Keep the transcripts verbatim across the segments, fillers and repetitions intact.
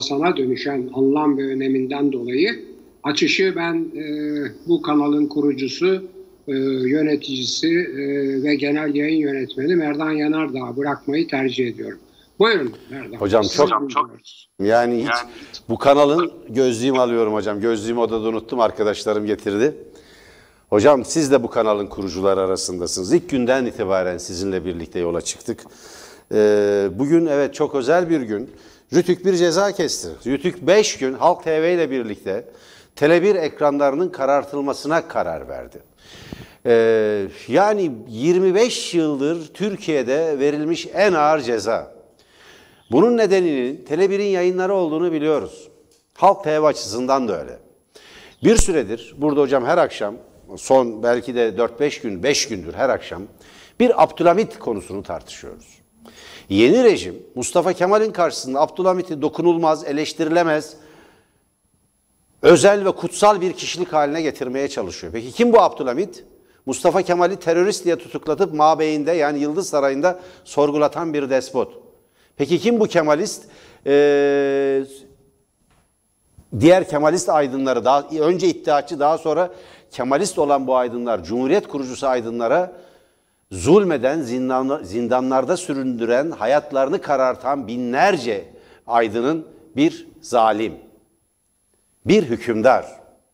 sana dönüşen anlam ve öneminden dolayı açışı ben e, bu kanalın kurucusu, e, yöneticisi e, ve genel yayın yönetmeni Merdan Yanardağ'a bırakmayı tercih ediyorum. Buyurun Merdan. Hocam çok, çok yani hiç yani, bu kanalın gözlüğümü alıyorum hocam. Gözlüğümü odada unuttum, arkadaşlarım getirdi. Hocam siz de bu kanalın kurucuları arasındasınız. İlk günden itibaren sizinle birlikte yola çıktık. Ee, bugün evet çok özel bir gün. Rütük bir ceza kesti. Rütük beş gün Halk T V ile birlikte Tele bir ekranlarının karartılmasına karar verdi. Ee, yani yirmi beş yıldır Türkiye'de verilmiş en ağır ceza. Bunun nedeninin Tele bir'in yayınları olduğunu biliyoruz. Halk T V açısından da öyle. Bir süredir burada hocam her akşam, son belki de dört beş gün, beş gündür her akşam bir Abdülhamit konusunu tartışıyoruz. Yeni rejim Mustafa Kemal'in karşısında Abdülhamit'i dokunulmaz, eleştirilemez, özel ve kutsal bir kişilik haline getirmeye çalışıyor. Peki kim bu Abdülhamit? Mustafa Kemal'i terörist diye tutuklatıp mabeyinde, yani Yıldız Sarayı'nda sorgulatan bir despot. Peki kim bu Kemalist? Ee, diğer Kemalist aydınları, daha önce İttihatçı, daha sonra Kemalist olan bu aydınlar, Cumhuriyet kurucusu aydınlara zulmeden, zindan, zindanlarda süründüren, hayatlarını karartan binlerce aydının bir zalim, bir hükümdar.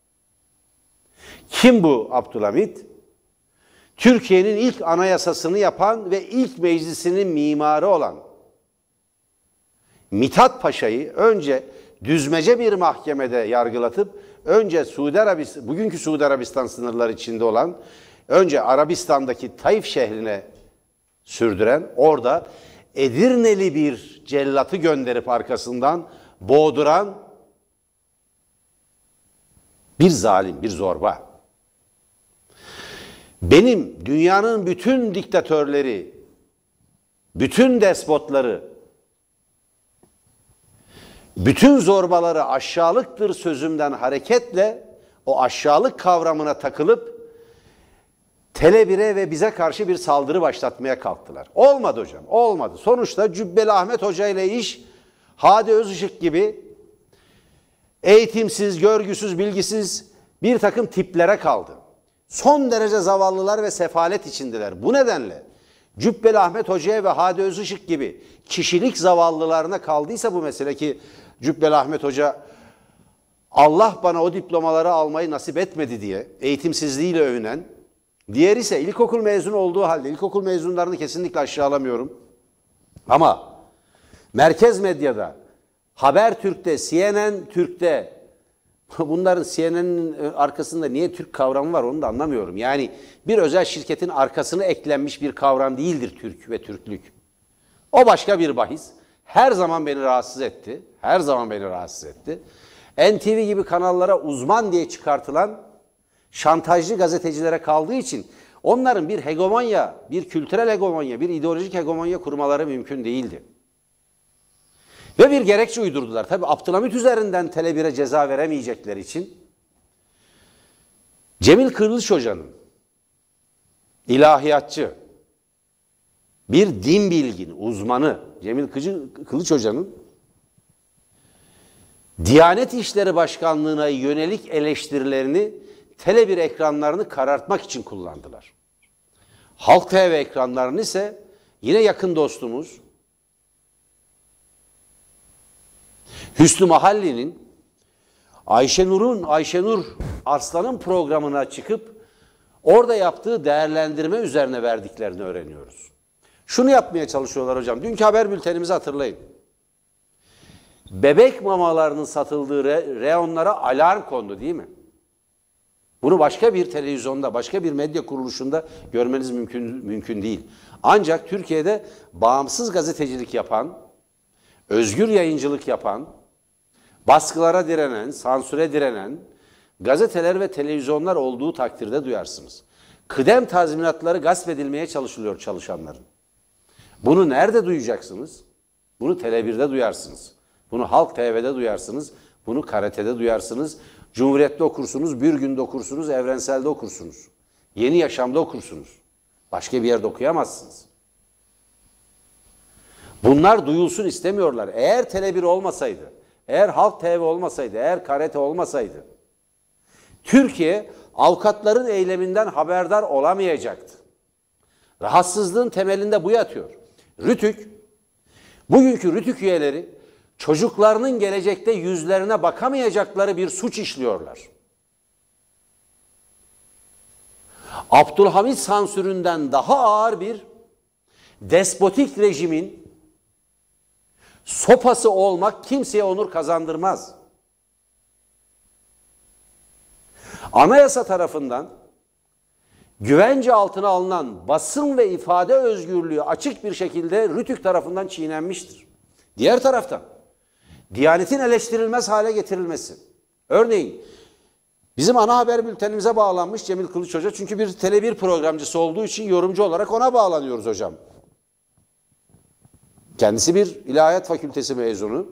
Kim bu Abdülhamit? Türkiye'nin ilk anayasasını yapan ve ilk meclisinin mimarı olan Mithat Paşa'yı önce düzmece bir mahkemede yargılatıp önce Suudi Arabistan, bugünkü Suudi Arabistan sınırları içinde olan, önce Arabistan'daki Taif şehrine sürdüren, orada Edirneli bir cellatı gönderip arkasından boğduran bir zalim, bir zorba. Benim dünyanın bütün diktatörleri, bütün despotları, bütün zorbaları aşağılıktır sözümden hareketle o aşağılık kavramına takılıp Tele bir'e ve bize karşı bir saldırı başlatmaya kalktılar. Olmadı hocam, olmadı. Sonuçta Cübbeli Ahmet Hoca ile iş Hadi Özışık gibi eğitimsiz, görgüsüz, bilgisiz bir takım tiplere kaldı. Son derece zavallılar ve sefalet içindeler. Bu nedenle Cübbeli Ahmet Hoca'ya ve Hadi Özışık gibi kişilik zavallılarına kaldıysa bu mesele, ki Cübbeli Ahmet Hoca Allah bana o diplomaları almayı nasip etmedi diye eğitimsizliğiyle övünen, diğer ise ilkokul mezunu olduğu halde, ilkokul mezunlarını kesinlikle aşağılamıyorum, ama merkez medyada, Habertürk'te, C N N Türk'te, bunların C N N'in arkasında niye Türk kavramı var onu da anlamıyorum. Yani bir özel şirketin arkasına eklenmiş bir kavram değildir Türk ve Türklük. O başka bir bahis. Her zaman beni rahatsız etti. Her zaman beni rahatsız etti. N T V gibi kanallara uzman diye çıkartılan şantajcı gazetecilere kaldığı için onların bir hegemonya, bir kültürel hegemonya, bir ideolojik hegemonya kurmaları mümkün değildi. Ve bir gerekçe uydurdular. Tabii Abdülhamit üzerinden Tele bir'e ceza veremeyecekleri için Cemil Kılıç Hoca'nın, ilahiyatçı, bir din bilgini, uzmanı Cemil Kılıç Hoca'nın Diyanet İşleri Başkanlığı'na yönelik eleştirilerini Tele bir ekranlarını karartmak için kullandılar. Halk T V ekranlarını ise yine yakın dostumuz Hüsnü Mahalli'nin Ayşenur'un, Ayşenur Arslan'ın programına çıkıp orada yaptığı değerlendirme üzerine verdiklerini öğreniyoruz. Şunu yapmaya çalışıyorlar hocam. Dünkü haber bültenimizi hatırlayın. Bebek mamalarının satıldığı re reyonlara alarm kondu değil mi? Bunu başka bir televizyonda, başka bir medya kuruluşunda görmeniz mümkün, mümkün değil. Ancak Türkiye'de bağımsız gazetecilik yapan, özgür yayıncılık yapan, baskılara direnen, sansüre direnen gazeteler ve televizyonlar olduğu takdirde duyarsınız. Kıdem tazminatları gasp edilmeye çalışılıyor çalışanların. Bunu nerede duyacaksınız? Bunu Tele bir'de duyarsınız. Bunu Halk T V'de duyarsınız. Bunu K R T'de duyarsınız. Cumhuriyet'te okursunuz, Bir Gün'de okursunuz, Evrensel'de okursunuz. Yeni Yaşam'da okursunuz. Başka bir yerde okuyamazsınız. Bunlar duyulsun istemiyorlar. Eğer Tele bir olmasaydı eğer Halk T V olmasaydı, eğer K R T olmasaydı, Türkiye avukatların eyleminden haberdar olamayacaktı. Rahatsızlığın temelinde bu yatıyor. Rütük, bugünkü Rütük üyeleri çocuklarının gelecekte yüzlerine bakamayacakları bir suç işliyorlar. Abdülhamit sansüründen daha ağır bir despotik rejimin sopası olmak kimseye onur kazandırmaz. Anayasa tarafından güvence altına alınan basın ve ifade özgürlüğü açık bir şekilde Rütük tarafından çiğnenmiştir. Diğer taraftan Diyanet'in eleştirilmez hale getirilmesi. Örneğin bizim ana haber bültenimize bağlanmış Cemil Kılıç Hoca, çünkü bir Tele bir programcısı olduğu için yorumcu olarak ona bağlanıyoruz hocam. Kendisi bir İlahiyat Fakültesi mezunu.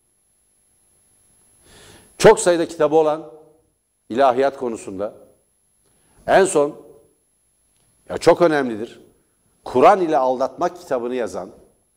Çok sayıda kitabı olan ilahiyat konusunda. En son, ya çok önemlidir, Kur'an ile Aldatmak kitabını yazan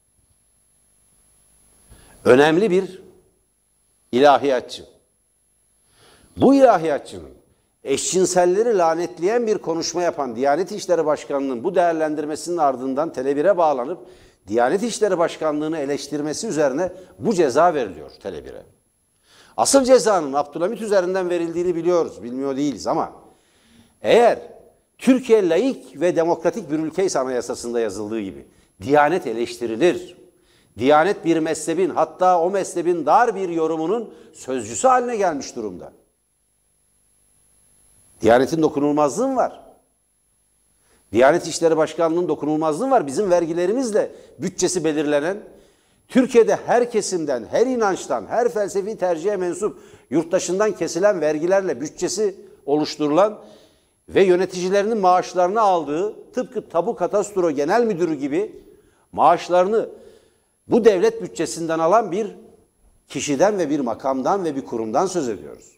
önemli bir ilahiyatçı. Bu ilahiyatçının eşcinselleri lanetleyen bir konuşma yapan Diyanet İşleri Başkanı'nın bu değerlendirmesinin ardından Tele bir'e bağlanıp Diyanet İşleri Başkanlığı'nı eleştirmesi üzerine bu ceza veriliyor Tele bir'e. Asıl cezanın Abdülhamit üzerinden verildiğini biliyoruz, bilmiyor değiliz ama eğer Türkiye laik ve demokratik bir ülkeyse anayasasında yazıldığı gibi Diyanet eleştirilir. Diyanet bir mezhebin, hatta o mezhebin dar bir yorumunun sözcüsü haline gelmiş durumda. Diyanet'in dokunulmazlığı var. Diyanet İşleri Başkanlığı'nın dokunulmazlığı var. Bizim vergilerimizle bütçesi belirlenen, Türkiye'de her kesimden, her inançtan, her felsefi tercihe mensup yurttaşından kesilen vergilerle bütçesi oluşturulan ve yöneticilerinin maaşlarını aldığı, tıpkı Tabu Kadastro Genel Müdürü gibi maaşlarını bu devlet bütçesinden alan bir kişiden ve bir makamdan ve bir kurumdan söz ediyoruz.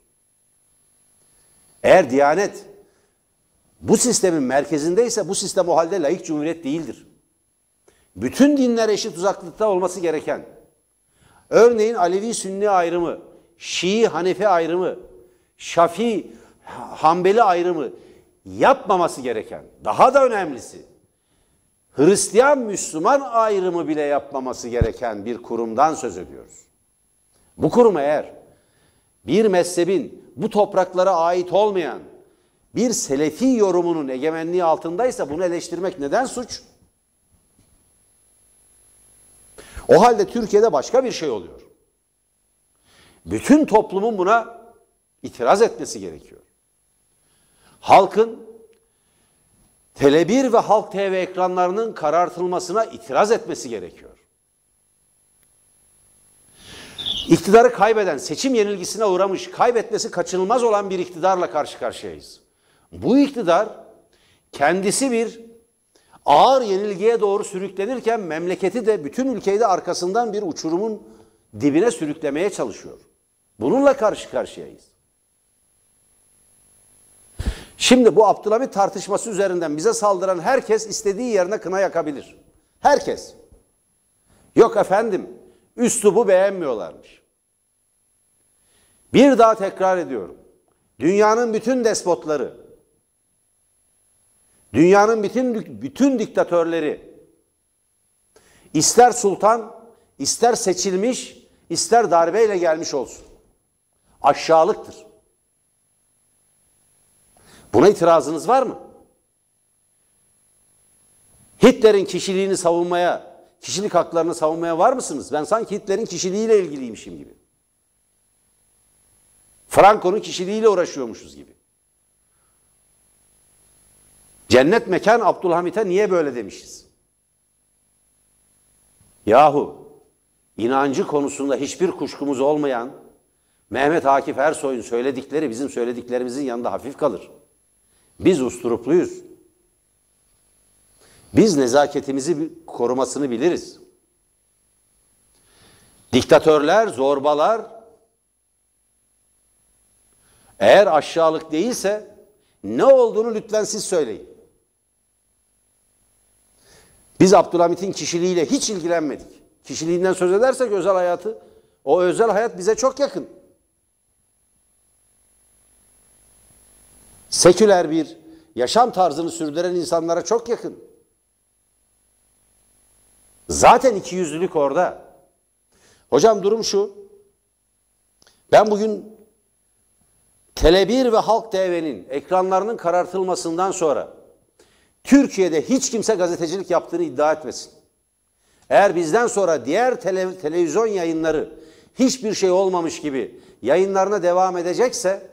Eğer Diyanet bu sistemin merkezindeyse bu sistem o halde laik cumhuriyet değildir. Bütün dinler eşit uzaklıkta olması gereken, örneğin Alevi-Sünni ayrımı, Şii-Hanefi ayrımı, Şafii-Hanbeli ayrımı yapmaması gereken, daha da önemlisi, Hristiyan-Müslüman ayrımı bile yapmaması gereken bir kurumdan söz ediyoruz. Bu kurum eğer bir mezhebin bu topraklara ait olmayan bir Selefi yorumunun egemenliği altındaysa bunu eleştirmek neden suç? O halde Türkiye'de başka bir şey oluyor. Bütün toplumun buna itiraz etmesi gerekiyor. Halkın Tele bir ve Halk T V ekranlarının karartılmasına itiraz etmesi gerekiyor. İktidarı kaybeden, seçim yenilgisine uğramış, kaybetmesi kaçınılmaz olan bir iktidarla karşı karşıyayız. Bu iktidar kendisi bir ağır yenilgiye doğru sürüklenirken memleketi de, bütün ülkeyi de arkasından bir uçurumun dibine sürüklemeye çalışıyor. Bununla karşı karşıyayız. Şimdi bu Abdülhamit tartışması üzerinden bize saldıran herkes istediği yerine kına yakabilir. Herkes. Yok efendim, üslubu beğenmiyorlarmış. Bir daha tekrar ediyorum. Dünyanın bütün despotları, dünyanın bütün bütün diktatörleri, ister sultan, ister seçilmiş, ister darbeyle gelmiş olsun, aşağılıktır. Buna itirazınız var mı? Hitler'in kişiliğini savunmaya, kişilik haklarını savunmaya var mısınız? Ben sanki Hitler'in kişiliğiyle ilgiliymişim gibi. Franco'nun kişiliğiyle uğraşıyormuşuz gibi. Cennet mekan Abdülhamit'e niye böyle demişiz? Yahu inancı konusunda hiçbir kuşkumuz olmayan Mehmet Akif Ersoy'un söyledikleri bizim söylediklerimizin yanında hafif kalır. Biz usturupluyuz. Biz nezaketimizi korumasını biliriz. Diktatörler, zorbalar eğer aşağılık değilse ne olduğunu lütfen siz söyleyin. Biz Abdülhamit'in kişiliğiyle hiç ilgilenmedik. Kişiliğinden söz edersek özel hayatı, O özel hayat bize çok yakın. Seküler bir yaşam tarzını sürdüren insanlara çok yakın. Zaten ikiyüzlülük orada. Hocam durum şu. Ben bugün Tele bir ve Halk T V'nin ekranlarının karartılmasından sonra Türkiye'de hiç kimse gazetecilik yaptığını iddia etmesin. Eğer bizden sonra diğer tele, televizyon yayınları hiçbir şey olmamış gibi yayınlarına devam edecekse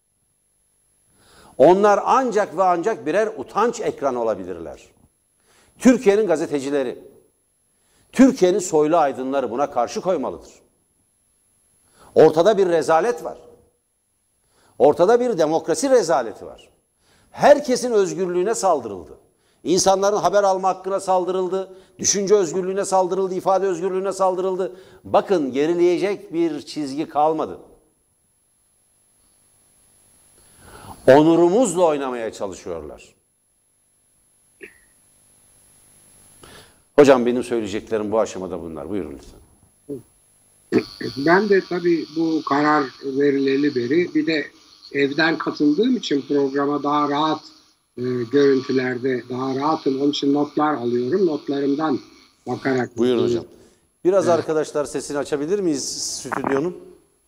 onlar ancak ve ancak birer utanç ekranı olabilirler. Türkiye'nin gazetecileri, Türkiye'nin soylu aydınları buna karşı koymalıdır. Ortada bir rezalet var. Ortada bir demokrasi rezaleti var. Herkesin özgürlüğüne saldırıldı. İnsanların haber alma hakkına saldırıldı, düşünce özgürlüğüne saldırıldı, ifade özgürlüğüne saldırıldı. Bakın gerileyecek bir çizgi kalmadı. Onurumuzla oynamaya çalışıyorlar. Hocam benim söyleyeceklerim bu aşamada bunlar. Buyurun lütfen. Ben de tabii bu karar verileli beri bir de evden katıldığım için programa daha rahat e, görüntülerde daha rahatım. Onun için notlar alıyorum. Notlarımdan bakarak. Buyurun hocam. Biraz evet. Arkadaşlar sesini açabilir miyiz stüdyonun?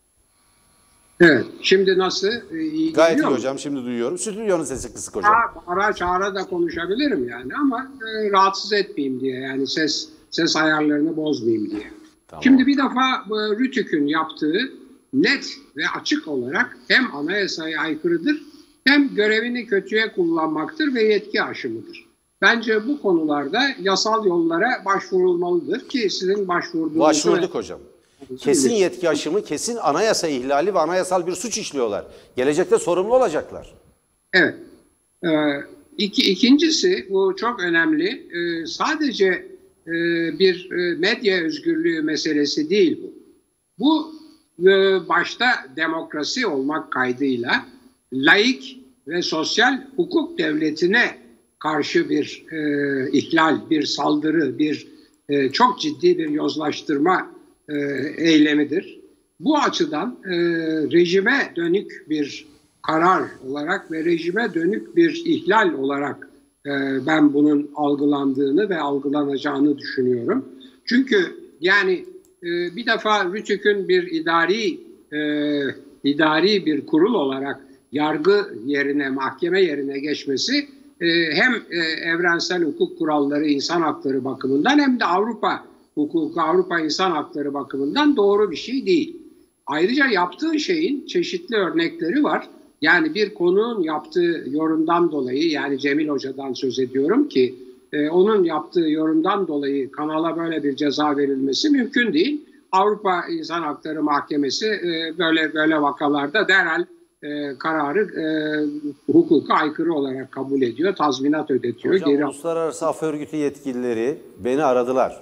Evet. Şimdi nasıl? İyi Gayet iyi hocam. Şimdi duyuyorum. Stüdyonun sesi kısık hocam. Ara çağıra da konuşabilirim yani ama e, rahatsız etmeyeyim diye. Yani ses ses ayarlarını bozmayayım diye. Tamam. Şimdi bir defa e, Rütük'ün yaptığı net ve açık olarak hem anayasaya aykırıdır hem görevini kötüye kullanmaktır ve yetki aşımıdır. Bence bu konularda yasal yollara başvurulmalıdır ki sizin başvurduğunuz... Başvurduk hocam. Kesin yetki aşımı, kesin anayasa ihlali ve anayasal bir suç işliyorlar. Gelecekte sorumlu olacaklar. Evet. Ee, iki, ikincisi, bu çok önemli. Ee, sadece e, bir e, medya özgürlüğü meselesi değil bu. Bu e, başta demokrasi olmak kaydıyla laik ve sosyal hukuk devletine karşı bir e, ihlal, bir saldırı, bir e, çok ciddi bir yozlaştırma e, eylemidir. Bu açıdan e, rejime dönük bir karar olarak ve rejime dönük bir ihlal olarak e, ben bunun algılandığını ve algılanacağını düşünüyorum. Çünkü yani e, bir defa Rütük'ün bir idari e, idari bir kurul olarak yargı yerine, mahkeme yerine geçmesi e, hem e, evrensel hukuk kuralları, insan hakları bakımından hem de Avrupa hukuku, Avrupa insan hakları bakımından doğru bir şey değil. Ayrıca yaptığı şeyin çeşitli örnekleri var. Yani bir konuğun yaptığı yorumdan dolayı, yani Cemil Hoca'dan söz ediyorum ki e, onun yaptığı yorumdan dolayı kanala böyle bir ceza verilmesi mümkün değil. Avrupa İnsan Hakları Mahkemesi e, böyle böyle vakalarda derhal e, kararı e, hukuka aykırı olarak kabul ediyor, tazminat ödetiyor. Hocam Geri... Uluslararası Af Örgütü yetkilileri beni aradılar.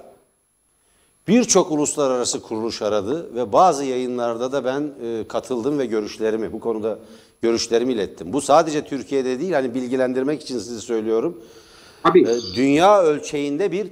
Birçok uluslararası kuruluş aradı ve bazı yayınlarda da ben e, katıldım ve görüşlerimi, bu konuda görüşlerimi ilettim. Bu sadece Türkiye'de değil, hani bilgilendirmek için size söylüyorum. Tabii. E, dünya ölçeğinde bir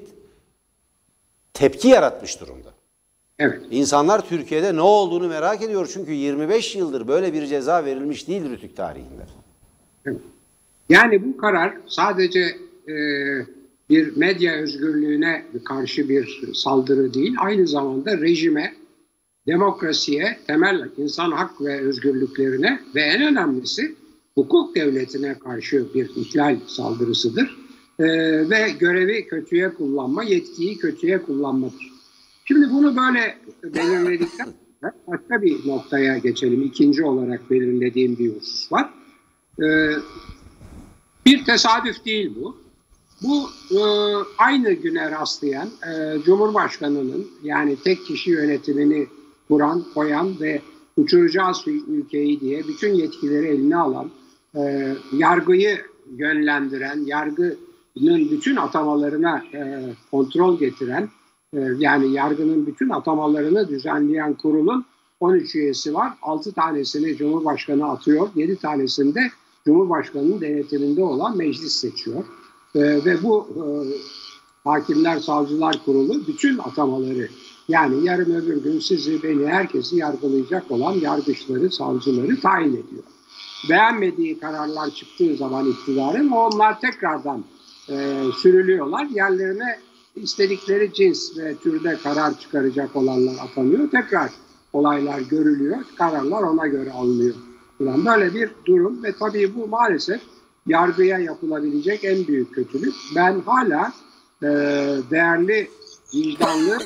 tepki yaratmış durumda. Evet. İnsanlar Türkiye'de ne olduğunu merak ediyor çünkü yirmi beş yıldır böyle bir ceza verilmiş değil Rütük tarihinde. Evet. Yani bu karar sadece e, bir medya özgürlüğüne karşı bir saldırı değil, aynı zamanda rejime, demokrasiye, temel insan hak ve özgürlüklerine ve en önemlisi hukuk devletine karşı bir ihlal saldırısıdır. Ee, ve görevi kötüye kullanma, yetkiyi kötüye kullanmadır. Şimdi bunu böyle belirledikten sonra başka bir noktaya geçelim. İkinci olarak belirlediğim bir husus var. Ee, bir tesadüf değil bu. Bu e, aynı güne rastlayan e, Cumhurbaşkanı'nın, yani tek kişi yönetimini kuran, koyan ve uçuracağız ülkeyi diye bütün yetkileri eline alan, e, yargıyı yönlendiren, yargının bütün atamalarına e, kontrol getiren, e, yani yargının bütün atamalarını düzenleyen kurulun on üç üyesi var. altı tanesini Cumhurbaşkanı atıyor, yedi tanesini de Cumhurbaşkanı'nın denetiminde olan meclis seçiyor. Ee, ve bu e, Hakimler Savcılar Kurulu bütün atamaları Yani yarın öbür gün sizi, beni, herkesi yargılayacak olan yargıçları, savcıları tayin ediyor. Beğenmediği kararlar çıktığı zaman iktidarın, onlar tekrardan e, sürülüyorlar. Yerlerine istedikleri cins ve türde karar çıkaracak olanlar atanıyor. Tekrar olaylar görülüyor, kararlar ona göre alınıyor. Yani böyle bir durum ve tabii bu maalesef yargıya yapılabilecek en büyük kötülük. Ben hala e, değerli, vicdanlı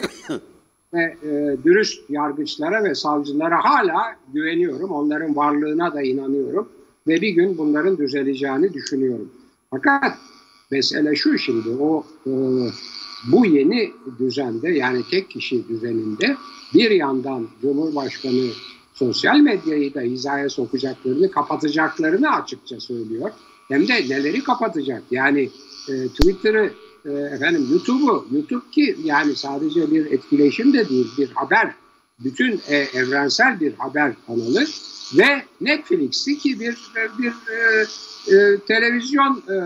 ve e, dürüst yargıçlara ve savcılara hala güveniyorum. Onların varlığına da inanıyorum. Ve bir gün bunların düzeleceğini düşünüyorum. Fakat mesele şu, şimdi o e, bu yeni düzende, yani tek kişi düzeninde bir yandan Cumhurbaşkanı sosyal medyayı da hizaya sokacaklarını, kapatacaklarını açıkça söylüyor. Hem de neleri kapatacak? Yani e, Twitter'ı, e, efendim YouTube'u, YouTube ki yani sadece bir etkileşim de değil, bir haber, bütün e, evrensel bir haber kanalı ve Netflix'i ki bir bir e, e, televizyon e,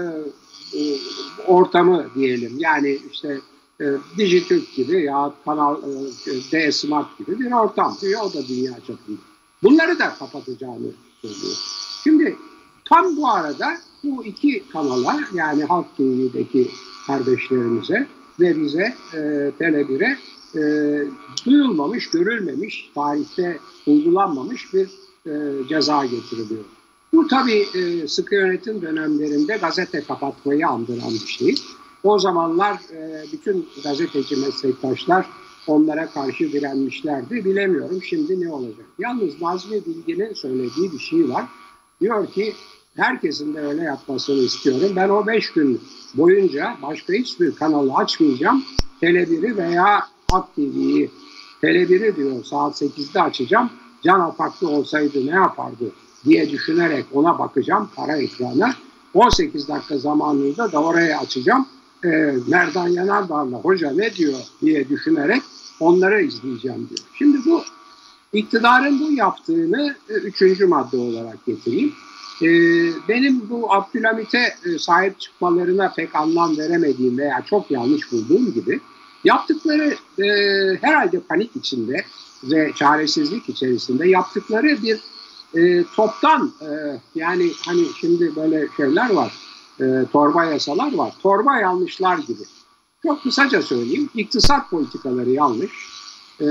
e, ortamı diyelim. Yani işte e, Dijitürk gibi ya Kanal e, D-Smart gibi bir ortam diyor. O da dünya çapında. Bunları da kapatacağını söylüyor. Şimdi tam bu arada bu iki kanala, yani Halk T V'deki kardeşlerimize ve bize e, Tele bir'e e, duyulmamış, görülmemiş, tarihte uygulanmamış bir e, ceza getiriliyor. Bu tabii e, sıkı yönetim dönemlerinde gazete kapatmayı andıran bir şey. O zamanlar e, bütün gazeteci meslektaşlar onlara karşı direnmişlerdi. Bilemiyorum şimdi ne olacak. Yalnız Nazmi Bilgin'in söylediği bir şey var. Diyor ki herkesin de öyle yapmasını istiyorum. Ben o beş gün boyunca başka hiçbir kanalı açmayacağım. Tele bir'i veya Halk T V'yi, Tele bir'i diyor saat sekizde açacağım. Can Apaklı olsaydı ne yapardı diye düşünerek ona bakacağım, kara ekrana. on sekiz dakika zamanında da oraya açacağım. E, Merdan Yanardağ'la hoca ne diyor diye düşünerek onları izleyeceğim diyor. Şimdi bu iktidarın bu yaptığını e, üçüncü madde olarak getireyim. E, benim bu Abdülhamit'e e, sahip çıkmalarına pek anlam veremediğim veya çok yanlış bulduğum gibi yaptıkları e, herhalde panik içinde ve çaresizlik içerisinde yaptıkları bir e, toptan e, yani hani şimdi böyle şeyler var, e, torba yasalar var, torba yanlışlar gibi. Çok kısaca söyleyeyim, iktisat politikaları yanlış, e,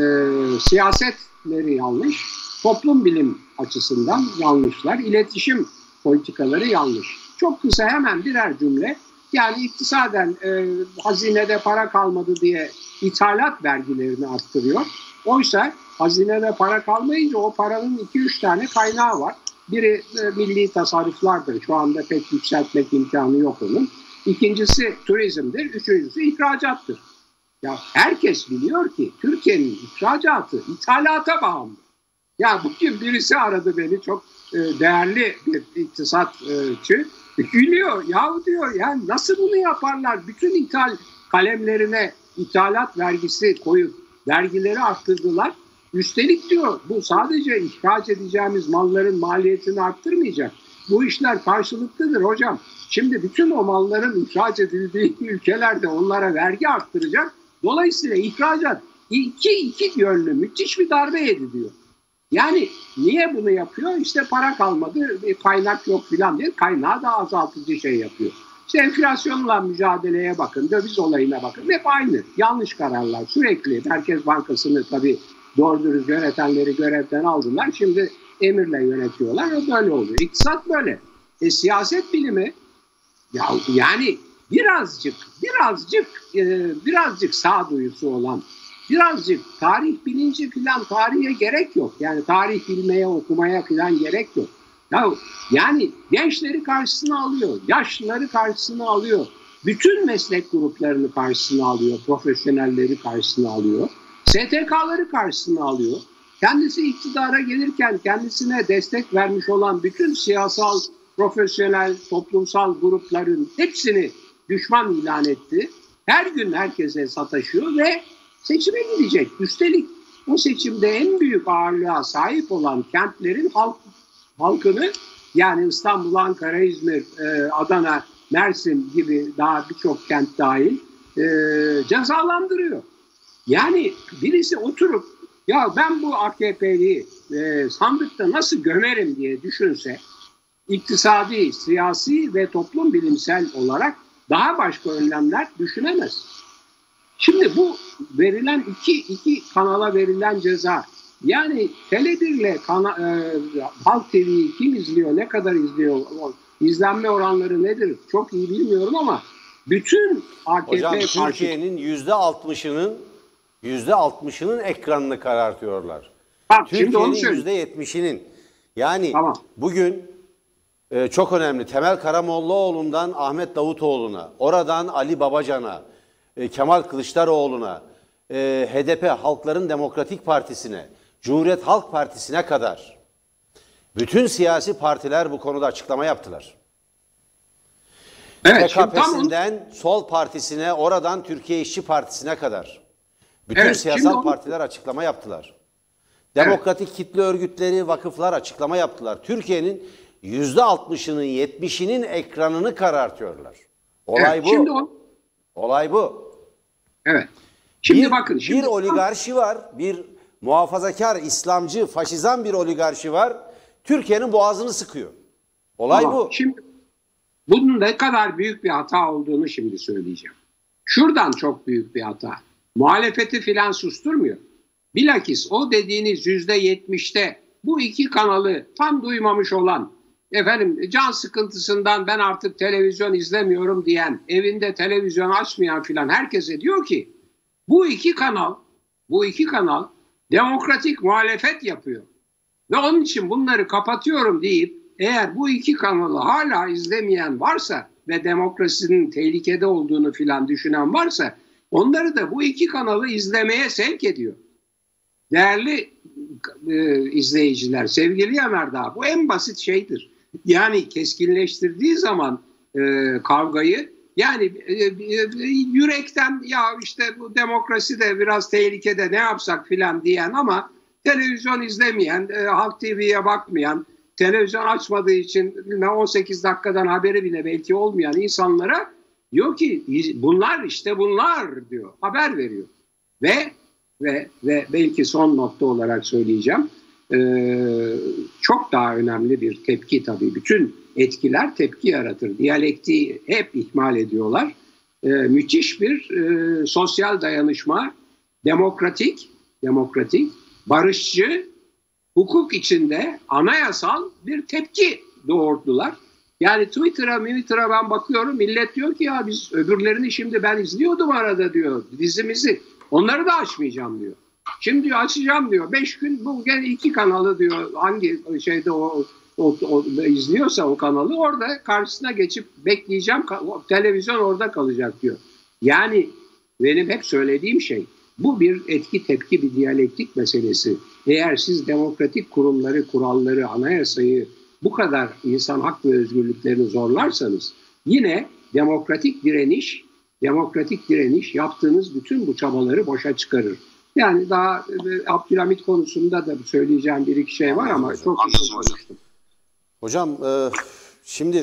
siyasetleri yanlış, toplum bilim açısından yanlışlar, iletişim politikaları yanlış. Çok kısa hemen birer cümle. Yani iktisaden e, hazinede para kalmadı diye ithalat vergilerini arttırıyor. Oysa hazinede para kalmayınca o paranın iki üç tane kaynağı var. Biri e, milli tasarruflardır. Şu anda pek yükseltmek imkanı yok onun. İkincisi turizmdir. Üçüncüsü ihracattır. Ya herkes biliyor ki Türkiye'nin ihracatı ithalata bağımlı. Ya bugün birisi aradı beni, çok e, değerli bir iktisatçı. Gülüyor. Yahu diyor, yani nasıl bunu yaparlar? Bütün ithal kalemlerine ithalat vergisi koyup vergileri arttırdılar. Üstelik diyor bu sadece ihraç edeceğimiz malların maliyetini arttırmayacak. Bu işler karşılıklıdır hocam. Şimdi bütün o malların ihraç edildiği ülkelerde onlara vergi arttıracak. Dolayısıyla ihracat iki iki yönlü müthiş bir darbe yedi diyor. Yani niye bunu yapıyor? İşte para kalmadı, kaynak yok filan diye kaynağı da azaltıcı şey yapıyor. İşte enflasyonla mücadeleye bakın, döviz olayına bakın. Hep aynı. Yanlış kararlar sürekli. Merkez Bankası'nı tabii doğru dürüst yönetenleri görevden aldılar. Şimdi emirle yönetiyorlar. O böyle oluyor. İktisat böyle. E, siyaset bilimi ya, yani birazcık birazcık e, birazcık sağduyusu olan, birazcık tarih bilinci falan, tarihe gerek yok. Yani tarih bilmeye, okumaya falan gerek yok. Ya, yani gençleri karşısına alıyor, yaşlıları karşısına alıyor, bütün meslek gruplarını karşısına alıyor, profesyonelleri karşısına alıyor, S T K'ları karşısına alıyor. Kendisi iktidara gelirken kendisine destek vermiş olan bütün siyasal, profesyonel, toplumsal grupların hepsini düşman ilan etti. Her gün herkese sataşıyor ve seçime gidecek. Üstelik o seçimde en büyük ağırlığa sahip olan kentlerin halk, halkını, yani İstanbul, Ankara, İzmir, e, Adana, Mersin gibi daha birçok kent dahil e, cezalandırıyor. Yani birisi oturup ya ben bu A K P'li e, sandıkta nasıl gömerim diye düşünse, iktisadi, siyasi ve toplum bilimsel olarak daha başka önlemler düşünemez. Şimdi bu verilen iki, iki kanala verilen ceza, yani Tele bir ile e, Halk T V'yi kim izliyor, ne kadar izliyor, izlenme oranları nedir çok iyi bilmiyorum ama bütün A K P Hocam Türkiye'nin yüzde altmışının yüzde altmışının ekranını karartıyorlar. Türkiye'nin yüzde yetmişinin. Yani tamam. Bugün e, çok önemli. Temel Karamollaoğlu'ndan Ahmet Davutoğlu'na, oradan Ali Babacan'a, e, Kemal Kılıçdaroğlu'na, e, H D P Halkların Demokratik Partisi'ne, Cumhuriyet Halk Partisi'ne kadar bütün siyasi partiler bu konuda açıklama yaptılar. Evet, T K P'sinden Sol Partisi'ne, oradan Türkiye İşçi Partisi'ne kadar bütün evet, siyasal onu... partiler açıklama yaptılar. Demokratik evet. kitle örgütleri, vakıflar açıklama yaptılar. Türkiye'nin yüzde altmışının, yetmişinin ekranını karartıyorlar. Olay evet, bu. Şimdi o... Olay bu. Evet. Şimdi bir, bakın. Şimdi... Bir oligarşi var, bir muhafazakar, İslamcı, faşizan bir oligarşi var. Türkiye'nin boğazını sıkıyor. Olay tamam. bu. Şimdi bunun ne kadar büyük bir hata olduğunu şimdi söyleyeceğim. Şuradan çok büyük bir hata. Muhalefeti filan susturmuyor. Bilakis o dediğiniz yüzde yetmişte bu iki kanalı tam duymamış olan, efendim can sıkıntısından ben artık televizyon izlemiyorum diyen, evinde televizyon açmayan filan herkese diyor ki bu iki kanal, bu iki kanal demokratik muhalefet yapıyor. Ve onun için bunları kapatıyorum deyip eğer bu iki kanalı hala izlemeyen varsa ve demokrasinin tehlikede olduğunu filan düşünen varsa onları da bu iki kanalı izlemeye sevk ediyor. Değerli e, izleyiciler, sevgili Yanardağ, bu en basit şeydir. Yani keskinleştirdiği zaman e, kavgayı, yani e, e, yürekten ya işte bu demokrasi de biraz tehlikede ne yapsak filan diyen ama televizyon izlemeyen, e, Halk T V'ye bakmayan, televizyon açmadığı için on sekiz dakikadan haberi bile belki olmayan insanlara diyor ki bunlar işte bunlar diyor, haber veriyor. Ve ve ve belki son nokta olarak söyleyeceğim, ee, çok daha önemli bir tepki tabii. Bütün etkiler tepki yaratır. Diyalektiği hep ihmal ediyorlar. Ee, müthiş bir e, sosyal dayanışma, demokratik, demokratik, barışçı, hukuk içinde anayasal bir tepki doğurdular. Yani Twitter'a, Twitter'a ben bakıyorum, millet diyor ki ya biz öbürlerini şimdi ben izliyordum arada diyor dizimizi. Onları da açmayacağım diyor. Şimdi diyor açacağım diyor. Beş gün bu gene iki kanalı diyor. Hangi şeyde o, o, o izliyorsa o kanalı orada karşısına geçip bekleyeceğim. O, televizyon orada kalacak diyor. Yani benim hep söylediğim şey bu bir etki tepki bir diyalektik meselesi. Eğer siz demokratik kurumları, kuralları, anayasayı bu kadar insan hak ve özgürlüklerini zorlarsanız yine demokratik direniş demokratik direniş yaptığınız bütün bu çabaları boşa çıkarır. Yani daha e, Abdülhamit konusunda da söyleyeceğim bir iki şey var ama hocam, çok uzun konuştum. Hocam e, şimdi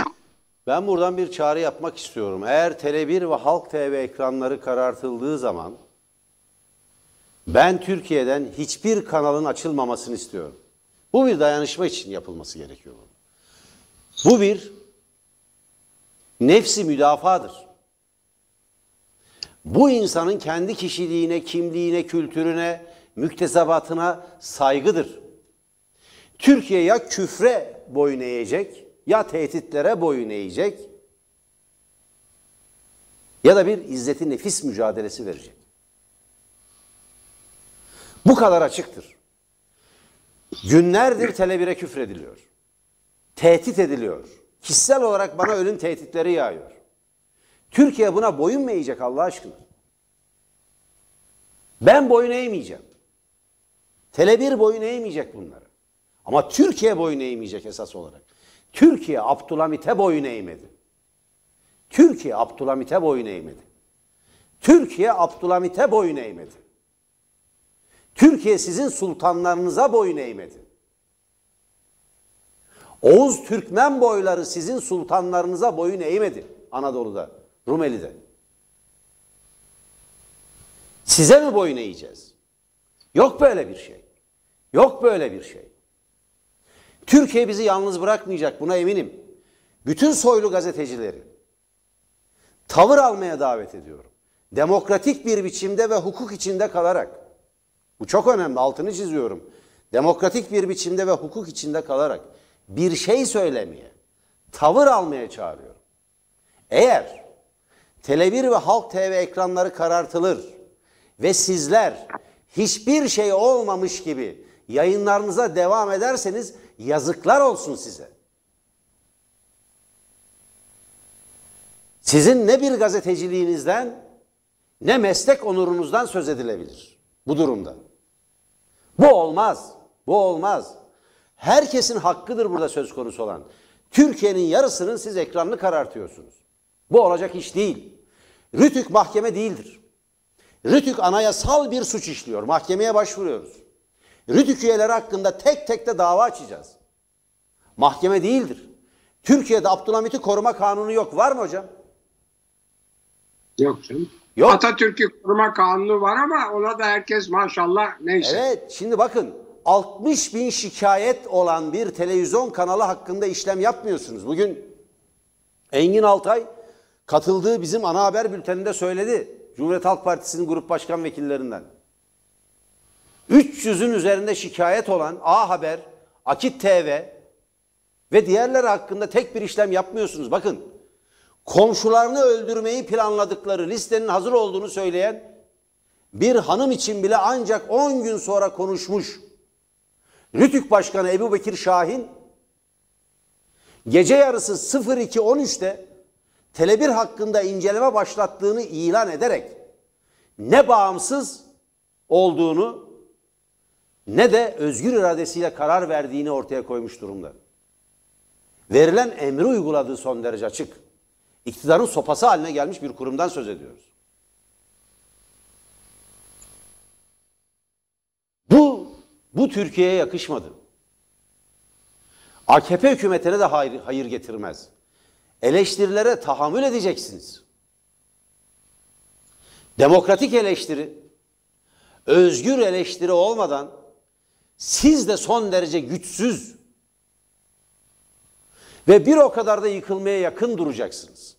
ben buradan bir çağrı yapmak istiyorum. Eğer Tele bir ve Halk T V ekranları karartıldığı zaman ben Türkiye'den hiçbir kanalın açılmamasını istiyorum. Bu bir dayanışma için yapılması gerekiyor. Bu bir nefsi müdafadır. Bu insanın kendi kişiliğine, kimliğine, kültürüne, müktesebatına saygıdır. Türkiye ya küfre boyun eğecek, ya tehditlere boyun eğecek, ya da bir izzeti nefis mücadelesi verecek. Bu kadar açıktır. Günlerdir Tele bir'e küfrediliyor. Tehdit ediliyor. Kişisel olarak bana ölüm tehditleri yağıyor. Türkiye buna boyun mu eğecek Allah aşkına? Ben boyun eğmeyeceğim. Tele bir boyun eğmeyecek bunlara. Ama Türkiye boyun eğmeyecek esas olarak. Türkiye Abdülhamit'e boyun eğmedi. Türkiye Abdülhamit'e boyun eğmedi. Türkiye Abdülhamit'e boyun eğmedi. Türkiye sizin sultanlarınıza boyun eğmedi. Oğuz Türkmen boyları sizin sultanlarınıza boyun eğmedi Anadolu'da, Rumeli'de. Size mi boyun eğeceğiz? Yok böyle bir şey. Yok böyle bir şey. Türkiye bizi yalnız bırakmayacak, buna eminim. Bütün soylu gazetecileri tavır almaya davet ediyorum. Demokratik bir biçimde ve hukuk içinde kalarak, bu çok önemli, altını çiziyorum. Demokratik bir biçimde ve hukuk içinde kalarak bir şey söylemeye, tavır almaya çağırıyorum. Eğer Tele bir ve Halk T V ekranları karartılır ve sizler hiçbir şey olmamış gibi yayınlarınıza devam ederseniz yazıklar olsun size. Sizin ne bir gazeteciliğinizden ne meslek onurunuzdan söz edilebilir bu durumda. Bu olmaz. Bu olmaz. Herkesin hakkıdır burada söz konusu olan. Türkiye'nin yarısının siz ekranını karartıyorsunuz. Bu olacak iş değil. RTÜK mahkeme değildir. RTÜK anayasal bir suç işliyor. Mahkemeye başvuruyoruz. RTÜK üyeleri hakkında tek tek de dava açacağız. Mahkeme değildir. Türkiye'de Abdülhamit'i koruma kanunu yok. Var mı hocam? Yok canım. Yok. Atatürk'ü koruma kanunu var ama ona da herkes maşallah neyse. Evet, şimdi bakın altmış bin şikayet olan bir televizyon kanalı hakkında işlem yapmıyorsunuz. Bugün Engin Altay katıldığı bizim ana haber bülteninde söyledi. Cumhuriyet Halk Partisi'nin grup başkan vekillerinden. üç yüzün üzerinde şikayet olan A Haber, Akit T V ve diğerleri hakkında tek bir işlem yapmıyorsunuz. Bakın, komşularını öldürmeyi planladıkları listenin hazır olduğunu söyleyen bir hanım için bile ancak on gün sonra konuşmuş RTÜK Başkanı Ebubekir Şahin gece yarısı sıfır iki on üçte Tele bir hakkında inceleme başlattığını ilan ederek ne bağımsız olduğunu ne de özgür iradesiyle karar verdiğini ortaya koymuş durumda. Verilen emri uyguladığı son derece açık. İktidarın sopası haline gelmiş bir kurumdan söz ediyoruz. Bu, bu Türkiye'ye yakışmadı. A K P hükümetine de hayır, hayır getirmez. Eleştirilere tahammül edeceksiniz. Demokratik eleştiri, özgür eleştiri olmadan siz de son derece güçsüz ve bir o kadar da yıkılmaya yakın duracaksınız.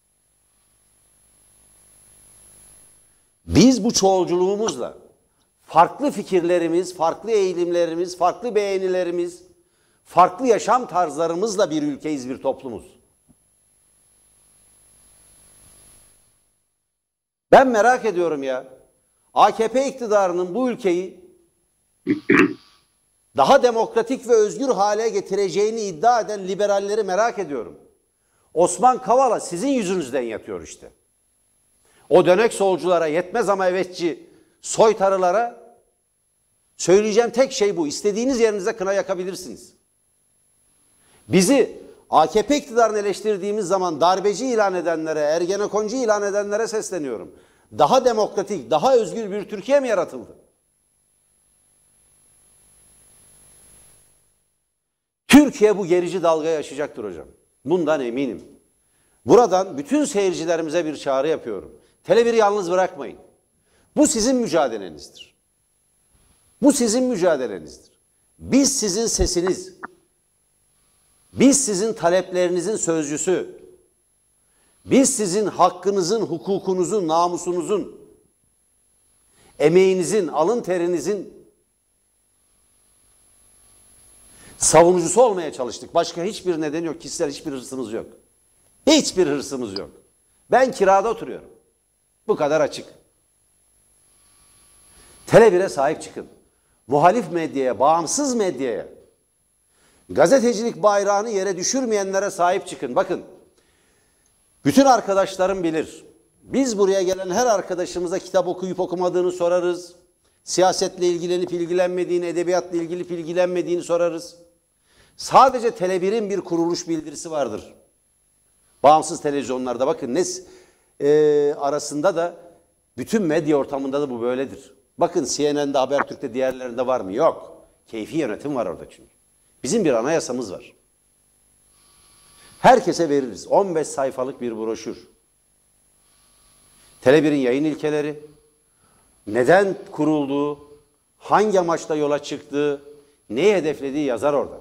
Biz bu çoğulculuğumuzla farklı fikirlerimiz, farklı eğilimlerimiz, farklı beğenilerimiz, farklı yaşam tarzlarımızla bir ülkeyiz, bir toplumuz. Ben merak ediyorum ya, A K P iktidarının bu ülkeyi daha demokratik ve özgür hale getireceğini iddia eden liberalleri merak ediyorum. Osman Kavala sizin yüzünüzden yatıyor işte. O dönek solculara, yetmez ama evetçi soytarılara söyleyeceğim tek şey bu. İstediğiniz yerinize kına yakabilirsiniz. Bizi A K P iktidarını eleştirdiğimiz zaman darbeci ilan edenlere, ergenekoncu ilan edenlere sesleniyorum. Daha demokratik, daha özgür bir Türkiye mi yaratıldı? Türkiye bu gerici dalgayı aşacaktır hocam. Bundan eminim. Buradan bütün seyircilerimize bir çağrı yapıyorum. Tele bir'i yalnız bırakmayın. Bu sizin mücadelenizdir. Bu sizin mücadelenizdir. Biz sizin sesiniz. Biz sizin taleplerinizin sözcüsü. Biz sizin hakkınızın, hukukunuzun, namusunuzun, emeğinizin, alın terinizin savunucusu olmaya çalıştık. Başka hiçbir nedeni yok. Kişisel hiçbir hırsımız yok. Hiçbir hırsımız yok. Ben kirada oturuyorum. Bu kadar açık. Tele bir'e sahip çıkın. Muhalif medyaya, bağımsız medyaya, gazetecilik bayrağını yere düşürmeyenlere sahip çıkın. Bakın, bütün arkadaşlarım bilir. Biz buraya gelen her arkadaşımıza kitap okuyup okumadığını sorarız. Siyasetle ilgilenip ilgilenmediğini, edebiyatla ilgilip ilgilenmediğini sorarız. Sadece Tele bir'in bir kuruluş bildirisi vardır. Bağımsız televizyonlarda bakın ne e, arasında da bütün medya ortamında da bu böyledir. Bakın C N N'de, Habertürk'te, diğerlerinde var mı? Yok. Keyfi yönetim var orada çünkü. Bizim bir anayasamız var. Herkese veririz. on beş sayfalık bir broşür. Tele bir'in yayın ilkeleri, neden kurulduğu, hangi amaçla yola çıktığı, neyi hedeflediği yazar orada.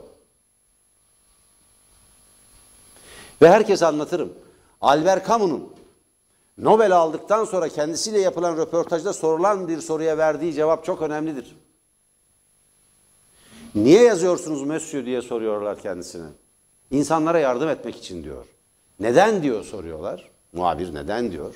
Ve herkese anlatırım. Albert Camus'un Nobel aldıktan sonra kendisiyle yapılan röportajda sorulan bir soruya verdiği cevap çok önemlidir. Niye yazıyorsunuz Monsieur diye soruyorlar kendisine. İnsanlara yardım etmek için diyor. Neden diyor soruyorlar. Muhabir neden diyor.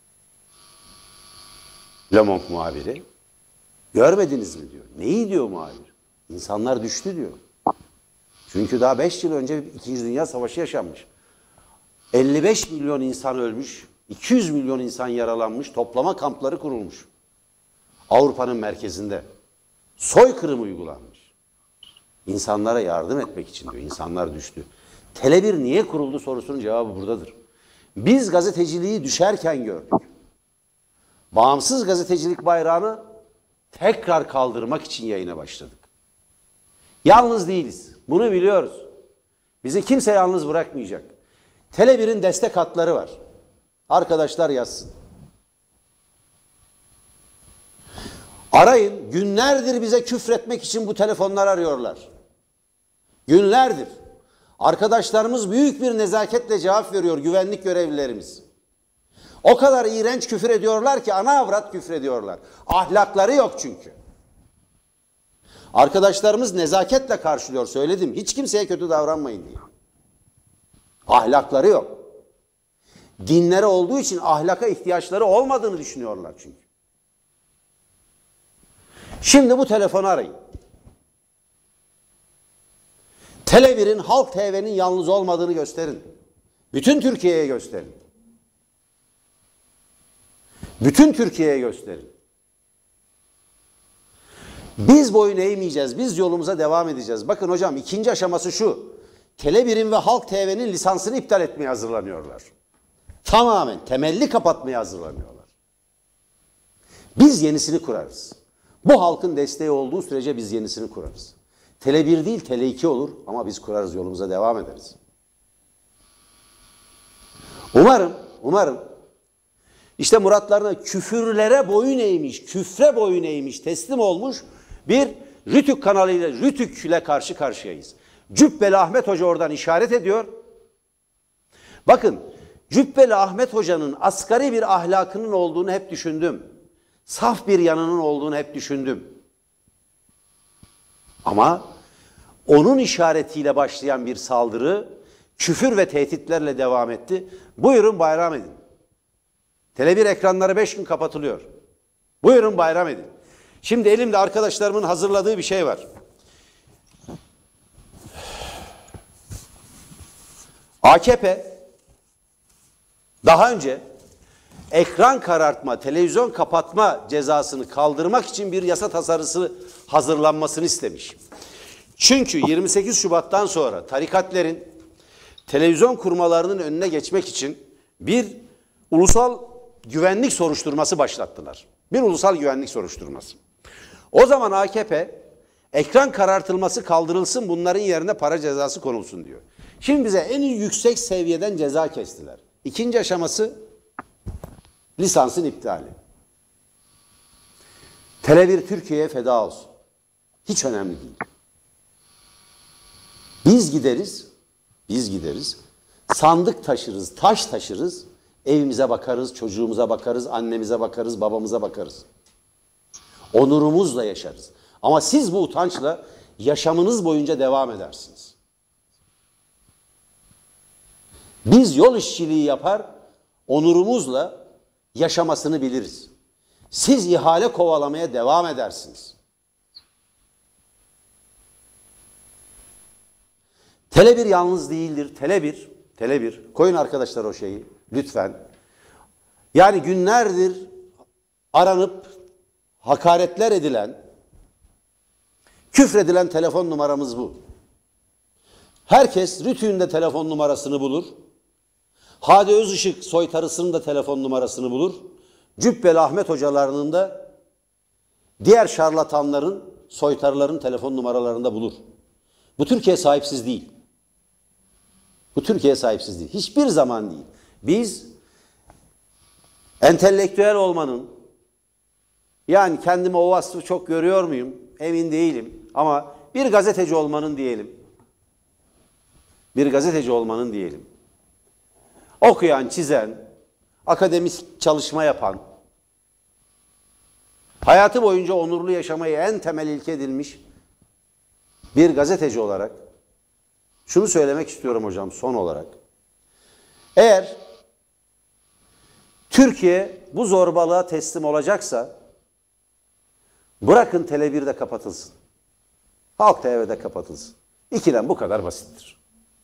Le Monde muhabiri. Görmediniz mi diyor. Neyi diyor muhabir. İnsanlar düştü diyor. Çünkü daha beş yıl önce İkinci Dünya Savaşı yaşanmış. elli beş milyon insan ölmüş. iki yüz milyon insan yaralanmış. Toplama kampları kurulmuş. Avrupa'nın merkezinde. Soykırım uygulanmış. İnsanlara yardım etmek için diyor. İnsanlar düştü. Tele bir niye kuruldu sorusunun cevabı buradadır. Biz gazeteciliği düşerken gördük. Bağımsız gazetecilik bayrağını tekrar kaldırmak için yayına başladık. Yalnız değiliz. Bunu biliyoruz. Bizi kimse yalnız bırakmayacak. Tele bir'in destek hatları var. Arkadaşlar yazsın. Arayın. Günlerdir bize küfretmek için bu telefonlar arıyorlar. Günlerdir. Arkadaşlarımız büyük bir nezaketle cevap veriyor, güvenlik görevlilerimiz. O kadar iğrenç küfür ediyorlar ki ana avrat küfür ediyorlar. Ahlakları yok çünkü. Arkadaşlarımız nezaketle karşılıyor, söyledim. Hiç kimseye kötü davranmayın diye. Ahlakları yok. Dinleri olduğu için ahlaka ihtiyaçları olmadığını düşünüyorlar çünkü. Şimdi bu telefonu arayın. Tele bir'in, Halk T V'nin yalnız olmadığını gösterin. Bütün Türkiye'ye gösterin. Bütün Türkiye'ye gösterin. Biz boyun eğmeyeceğiz. Biz yolumuza devam edeceğiz. Bakın hocam, ikinci aşaması şu. Tele bir'in ve Halk T V'nin lisansını iptal etmeye hazırlanıyorlar. Tamamen temelli kapatmaya hazırlanıyorlar. Biz yenisini kurarız. Bu halkın desteği olduğu sürece biz yenisini kurarız. Tele bir değil, Tele iki olur ama biz kurarız, yolumuza devam ederiz. Umarım, umarım işte muratlarına küfürlere boyun eğmiş, küfre boyun eğmiş, teslim olmuş bir Rütük kanalıyla, Rütük ile karşı karşıyayız. Cübbeli Ahmet Hoca oradan işaret ediyor. Bakın, Cübbeli Ahmet Hoca'nın asgari bir ahlakının olduğunu hep düşündüm. Saf bir yanının olduğunu hep düşündüm. Ama onun işaretiyle başlayan bir saldırı küfür ve tehditlerle devam etti. Buyurun bayram edin. Tele bir ekranları beş gün kapatılıyor. Buyurun bayram edin. Şimdi elimde arkadaşlarımın hazırladığı bir şey var. A K P daha önce ekran karartma, televizyon kapatma cezasını kaldırmak için bir yasa tasarısı hazırlanmasını istemiş. Çünkü yirmi sekiz Şubat'tan sonra tarikatlerin televizyon kurmalarının önüne geçmek için bir ulusal güvenlik soruşturması başlattılar. Bir ulusal güvenlik soruşturması. O zaman A K P ekran karartılması kaldırılsın, bunların yerine para cezası konulsun diyor. Şimdi bize en yüksek seviyeden ceza kestiler. İkinci aşaması lisansın iptali. Tele bir Türkiye'ye feda olsun. Hiç önemli değil. Biz gideriz, biz gideriz, sandık taşırız, taş taşırız, evimize bakarız, çocuğumuza bakarız, annemize bakarız, babamıza bakarız. Onurumuzla yaşarız. Ama siz bu utançla yaşamınız boyunca devam edersiniz. Biz yol işçiliği yapar, onurumuzla yaşamasını biliriz. Siz ihale kovalamaya devam edersiniz. Tele bir yalnız değildir. Tele bir, Tele bir. Koyun arkadaşlar o şeyi lütfen. Yani günlerdir aranıp hakaretler edilen, küfredilen telefon numaramız bu. Herkes Rütük'ün de telefon numarasını bulur. Hadi Özışık soytarısının da telefon numarasını bulur. Cübbeli Ahmet hocalarının da diğer şarlatanların, soytarıların telefon numaralarını da bulur. Bu Türkiye sahipsiz değil. Bu Türkiye sahipsiz değil. Hiçbir zaman değil. Biz entelektüel olmanın, Yani kendimi o vasfı çok görüyor muyum? Emin değilim. Ama bir gazeteci olmanın diyelim. Bir gazeteci olmanın diyelim. Okuyan, çizen, akademik çalışma yapan, hayatı boyunca onurlu yaşamayı en temel ilke edilmiş bir gazeteci olarak şunu söylemek istiyorum hocam son olarak. Eğer Türkiye bu zorbalığa teslim olacaksa bırakın Tele bir'de kapatılsın. Halk T V'de kapatılsın. İkilem bu kadar basittir.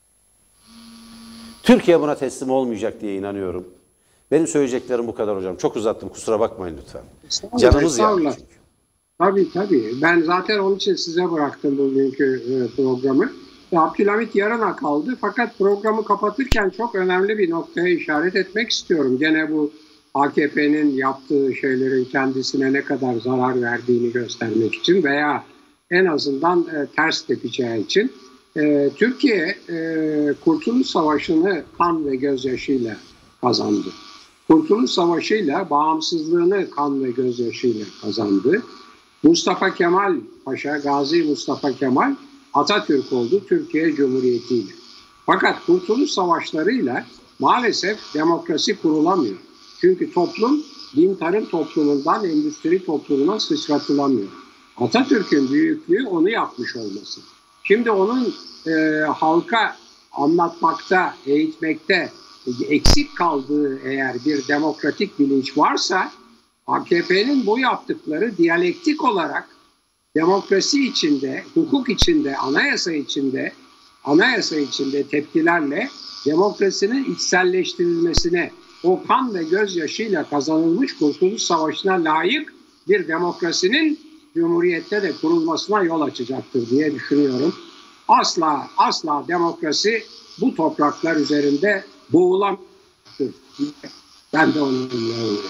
Türkiye buna teslim olmayacak diye inanıyorum. Benim söyleyeceklerim bu kadar hocam. Çok uzattım, kusura bakmayın lütfen. Canımız yandı çünkü. Tabii tabii. Ben zaten onun için size bıraktım bugünkü programı. Abdülhamit yarına kaldı. Fakat programı kapatırken çok önemli bir noktaya işaret etmek istiyorum. Gene bu A K P'nin yaptığı şeylerin kendisine ne kadar zarar verdiğini göstermek için veya en azından e, ters tepeceği için. E, Türkiye e, Kurtuluş Savaşı'nı kan ve gözyaşıyla kazandı. Kurtuluş Savaşı'yla bağımsızlığını kan ve gözyaşıyla kazandı. Mustafa Kemal Paşa, Gazi Mustafa Kemal Atatürk oldu Türkiye Cumhuriyeti ile. Fakat Kurtuluş Savaşları'yla maalesef demokrasi kurulamıyor. Çünkü toplum din tarım toplumundan endüstri toplumuna sıçratılamıyor. Atatürk'ün büyüklüğü onu yapmış olması. Şimdi onun e, halka anlatmakta, eğitmekte eksik kaldığı eğer bir demokratik bilinç varsa A K P'nin bu yaptıkları diyalektik olarak demokrasi içinde, hukuk içinde, anayasa içinde, anayasa içinde tepkilerle demokrasinin içselleştirilmesine, o kan ve gözyaşıyla kazanılmış Kurtuluş Savaşı'na layık bir demokrasinin Cumhuriyette de kurulmasına yol açacaktır diye düşünüyorum. Asla, asla demokrasi bu topraklar üzerinde boğulamaktır. Ben de onu inanıyorum.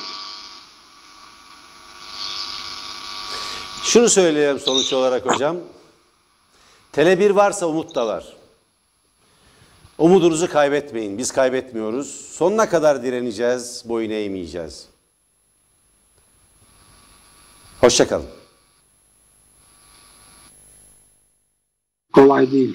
Şunu söyleyeyim sonuç olarak hocam. Tele bir varsa umut da var. Umudunuzu kaybetmeyin. Biz kaybetmiyoruz. Sonuna kadar direneceğiz, boyun eğmeyeceğiz. Hoşça kalın. Kolay değil.